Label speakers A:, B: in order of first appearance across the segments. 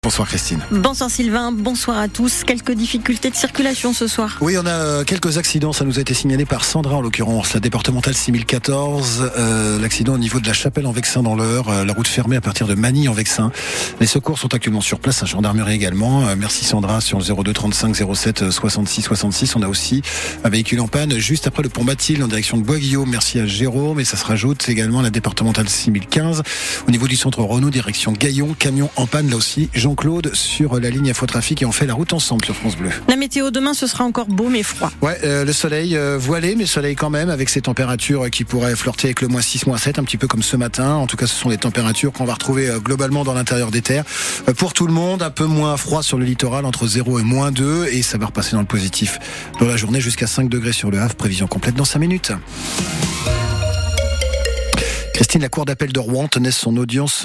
A: Bonsoir Christine.
B: Bonsoir Sylvain, bonsoir à tous. Quelques difficultés de circulation ce soir.
A: Oui, on a quelques accidents, ça nous a été signalé par Sandra en l'occurrence, la départementale 6014, l'accident au niveau de la Chapelle en Vexin dans l'Eure, la route fermée à partir de Magny en Vexin. Les secours sont actuellement sur place, la gendarmerie également. Merci Sandra sur le 02 35 07 66 66. On a aussi un véhicule en panne juste après le pont Mathilde en direction de Bois-Guillaume. Merci à Jérôme et ça se rajoute également la départementale 6015 au niveau du centre Renault direction Gaillon, camion en panne là aussi. Jean-Claude sur la ligne Infotrafic et on fait la route ensemble sur France Bleu.
B: La météo demain, ce sera encore beau mais froid.
A: Ouais, le soleil voilé, mais soleil quand même avec ces températures qui pourraient flirter avec le -6, -7, un petit peu comme ce matin. En tout cas, ce sont les températures qu'on va retrouver globalement dans l'intérieur des terres. Pour tout le monde, un peu moins froid sur le littoral, entre 0 et -2, et ça va repasser dans le positif dans la journée jusqu'à 5 degrés sur le Havre. Prévision complète dans 5 minutes. Christine, la cour d'appel de Rouen tenait son audience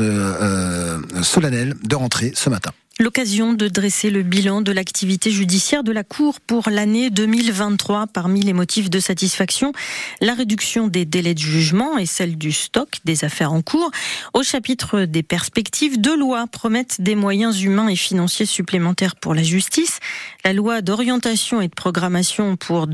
A: solennelle de rentrée ce matin.
B: L'occasion de dresser le bilan de l'activité judiciaire de la Cour pour l'année 2023. Parmi les motifs de satisfaction, la réduction des délais de jugement et celle du stock des affaires en cours. Au chapitre des perspectives, 2 lois promettent des moyens humains et financiers supplémentaires pour la justice. La loi d'orientation et de programmation pour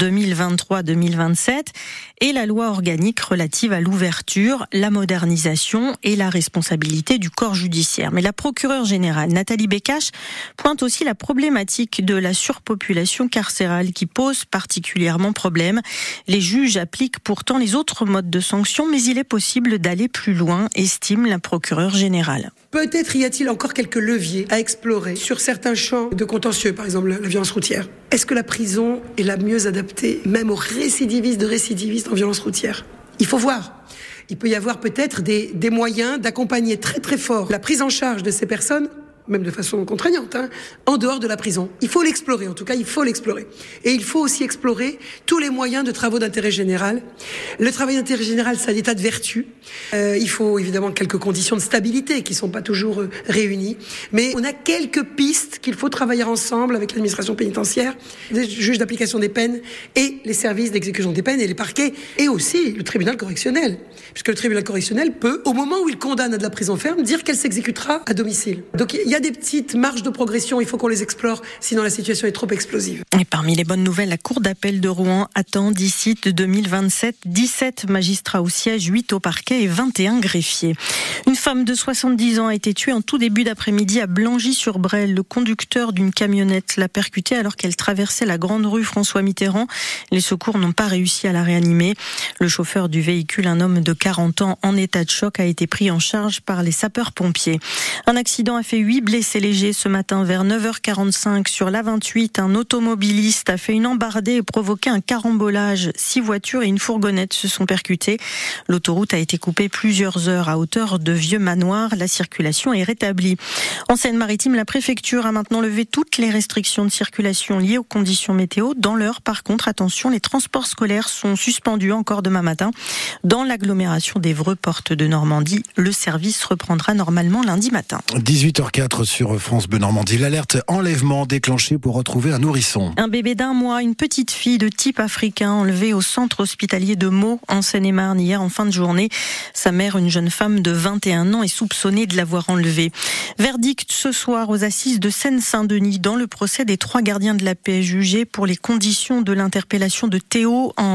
B: 2023-2027 et la loi organique relative à l'ouverture, la modernisation et la responsabilité du corps judiciaire. Mais la procureure générale, Nathalie Bécache, pointe aussi la problématique de la surpopulation carcérale qui pose particulièrement problème. Les juges appliquent pourtant les autres modes de sanction, mais il est possible d'aller plus loin, estime la procureure générale.
C: Peut-être y a-t-il encore quelques leviers à explorer sur certains champs de contentieux, par exemple la violence routière. Est-ce que la prison est la mieux adaptée, même aux récidivistes en violence routière ? Il faut voir. Il peut y avoir peut-être des moyens d'accompagner très très fort la prise en charge de ces personnes, même de façon contraignante, en dehors de la prison. Il faut l'explorer, en tout cas, il faut l'explorer. Et il faut aussi explorer tous les moyens de travaux d'intérêt général. Le travail d'intérêt général, c'est un état de vertu. Il faut évidemment quelques conditions de stabilité qui sont pas toujours réunies. Mais on a quelques pistes qu'il faut travailler ensemble avec l'administration pénitentiaire, les juges d'application des peines et les services d'exécution des peines et les parquets, et aussi le tribunal correctionnel. Puisque le tribunal correctionnel peut, au moment où il condamne à de la prison ferme, dire qu'elle s'exécutera à domicile. Donc il y a des petites marges de progression, il faut qu'on les explore, sinon la situation est trop explosive.
B: Et parmi les bonnes nouvelles, la Cour d'appel de Rouen attend d'ici 2027 17 magistrats au siège, 8 au parquet et 21 greffiers. Une femme de 70 ans a été tuée en tout début d'après-midi à Blangy-sur-Brel. Le conducteur d'une camionnette l'a percutée alors qu'elle traversait la grande rue François Mitterrand. Les secours n'ont pas réussi à la réanimer. Le chauffeur du véhicule, un homme de 40 ans en état de choc, a été pris en charge par les sapeurs-pompiers. Un accident a fait 8 blessés légers ce matin vers 9h45 sur l'A28. Un automobiliste a fait une embardée et provoqué un carambolage. 6 voitures et une fourgonnette se sont percutées. L'autoroute a été coupée plusieurs heures à hauteur de Vieux Manoir. La circulation est rétablie. En Seine-Maritime, la préfecture a maintenant levé toutes les restrictions de circulation liées aux conditions météo. Dans l'Eure, par contre, attention, les transports scolaires sont suspendus encore demain matin. Dans l'agglomération d'Évreux, porte de Normandie, le service reprendra normalement lundi matin.
A: 18h04 sur France Bleu Normandie. L'alerte enlèvement déclenchée pour retrouver un nourrisson.
B: Un bébé d'1 mois, une petite fille de type africain enlevée au centre hospitalier de Meaux en Seine-et-Marne hier en fin de journée. Sa mère, une jeune femme de 21 ans, est soupçonnée de l'avoir enlevée. Verdict ce soir aux assises de Seine-Saint-Denis dans le procès des 3 gardiens de la paix jugés pour les conditions de l'interpellation de Théo en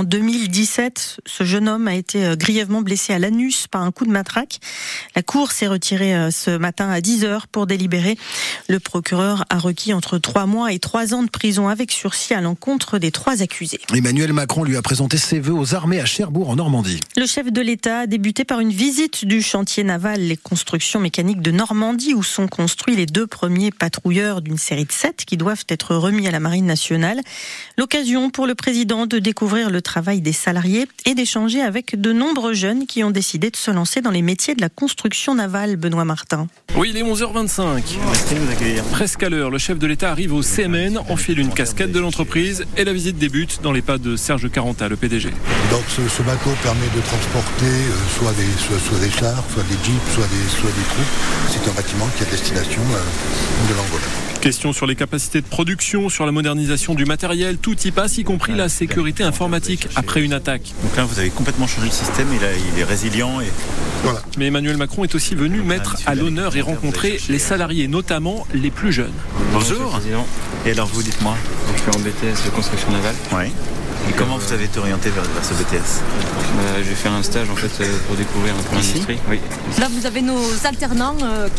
B: 2017. Ce jeune homme a été grièvement blessé à l'anus par un coup de matraque. La cour s'est retirée ce matin à 10h pour délibérer. Le procureur a requis entre 3 mois et 3 ans de prison avec sursis à l'encontre des 3 accusés.
A: Emmanuel Macron lui a présenté ses vœux aux armées à Cherbourg en Normandie.
B: Le chef de l'État a débuté par une visite du chantier naval Les Constructions Mécaniques de Normandie où sont construits les 2 premiers patrouilleurs d'une série de 7 qui doivent être remis à la Marine nationale. L'occasion pour le président de découvrir le travail des salariés et d'échanger avec de nombreux jeunes qui ont décidé de se lancer dans les métiers de la construction navale. Benoît Martin.
D: Oui, il est 11h25. Merci de nous accueillir. Presque à l'heure, le chef de l'État arrive au CMN, enfile une casquette de l'entreprise et la visite débute dans les pas de Serge Caranta, le PDG.
E: Donc ce bateau permet de transporter soit des chars, soit des jeeps, soit des troupes. C'est un bâtiment qui est à destination de l'Angola.
D: Question sur les capacités de production, sur la modernisation du matériel, tout y passe, y compris la sécurité informatique après une attaque.
F: Donc là, vous avez complètement changé le système et là, il est résilient.
E: Voilà.
D: Mais Emmanuel Macron est aussi venu mettre à l'honneur et rencontrer les salariés, notamment les plus jeunes.
F: Bonjour. Et alors vous, dites-moi.
G: Je suis en BTS de construction navale.
F: Oui. Et comment vous avez été orienté vers ce BTS?
G: J'ai fait un stage en fait pour découvrir un peu l'industrie. Oui.
H: Là vous avez nos alternants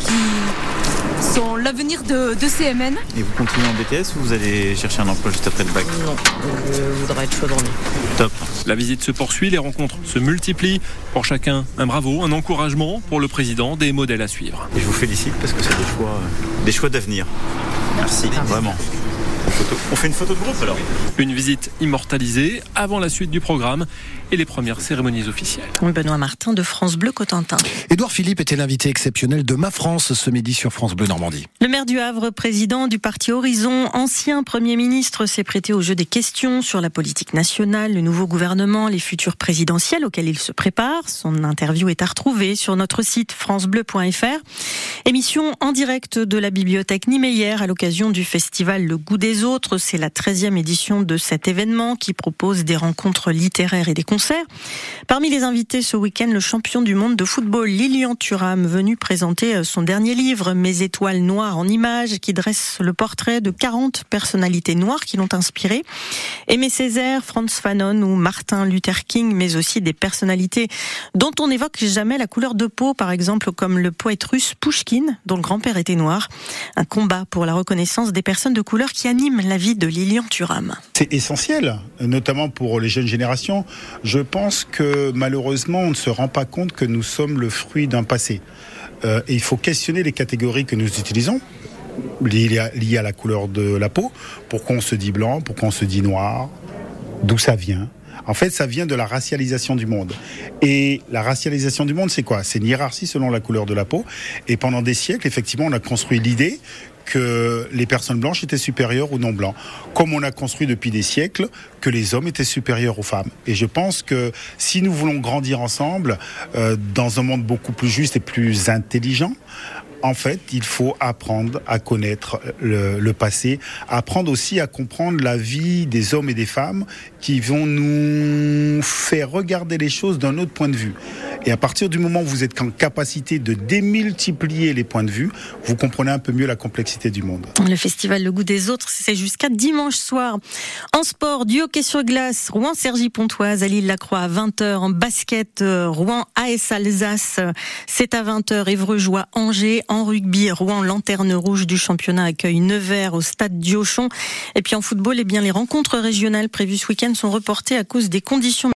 H: qui sont l'avenir de CMN.
F: Et vous continuez en BTS ou vous allez chercher un emploi juste après le bac?
H: Non, je voudrais être chaudronnier.
F: Top.
D: La visite se poursuit, les rencontres se multiplient. Pour chacun, un bravo, un encouragement. Pour le président, des modèles à suivre.
F: Et je vous félicite parce que c'est des choix d'avenir. Merci, vraiment. On fait une photo de groupe alors.
D: Une visite immortalisée avant la suite du programme et les premières cérémonies officielles.
B: Benoît Martin de France Bleu Cotentin.
A: Édouard Philippe était l'invité exceptionnel de Ma France ce midi sur France Bleu Normandie.
B: Le maire du Havre, président du parti Horizon, ancien Premier ministre, s'est prêté au jeu des questions sur la politique nationale, le nouveau gouvernement, les futures présidentielles auxquelles il se prépare. Son interview est à retrouver sur notre site francebleu.fr. Émission en direct de la bibliothèque Niemeyer à l'occasion du festival Le Goût des Autres. C'est la 13e édition de cet événement qui propose des rencontres littéraires et des concerts. Parmi les invités ce week-end, le champion du monde de football Lilian Thuram, venu présenter son dernier livre, Mes étoiles noires en images, qui dresse le portrait de 40 personnalités noires qui l'ont inspiré. Aimé Césaire, Frantz Fanon ou Martin Luther King, mais aussi des personnalités dont on n'évoque jamais la couleur de peau, par exemple comme le poète russe Pouchkine, dont le grand-père était noir. Un combat pour la reconnaissance des personnes de couleur qui anime la vie de Lilian Thuram.
I: C'est essentiel, notamment pour les jeunes générations. Je pense que malheureusement, on ne se rend pas compte que nous sommes le fruit d'un passé. Et il faut questionner les catégories que nous utilisons, liées à la couleur de la peau. Pourquoi on se dit blanc, pourquoi on se dit noir, d'où ça vient. En fait, ça vient de la racialisation du monde. Et la racialisation du monde, c'est quoi? C'est une hiérarchie selon la couleur de la peau. Et pendant des siècles, effectivement, on a construit l'idée que les personnes blanches étaient supérieures aux non-blancs. Comme on a construit depuis des siècles que les hommes étaient supérieurs aux femmes. Et je pense que si nous voulons grandir ensemble, dans un monde beaucoup plus juste et plus intelligent, en fait, il faut apprendre à connaître le passé, apprendre aussi à comprendre la vie des hommes et des femmes qui vont nous faire regarder les choses d'un autre point de vue. Et à partir du moment où vous êtes en capacité de démultiplier les points de vue, vous comprenez un peu mieux la complexité du monde.
B: Le festival Le Goût des Autres, c'est jusqu'à dimanche soir. En sport, du hockey sur glace, Rouen-Cergy-Pontoise, à Lille-Lacroix à 20h. En basket, Rouen-AS Alsace, c'est à 20h. Évreux-Joie-Angers. En rugby, Rouen, lanterne rouge du championnat, accueille Nevers au stade Diochon. Et puis en football, les rencontres régionales prévues ce week-end sont reportées à cause des conditions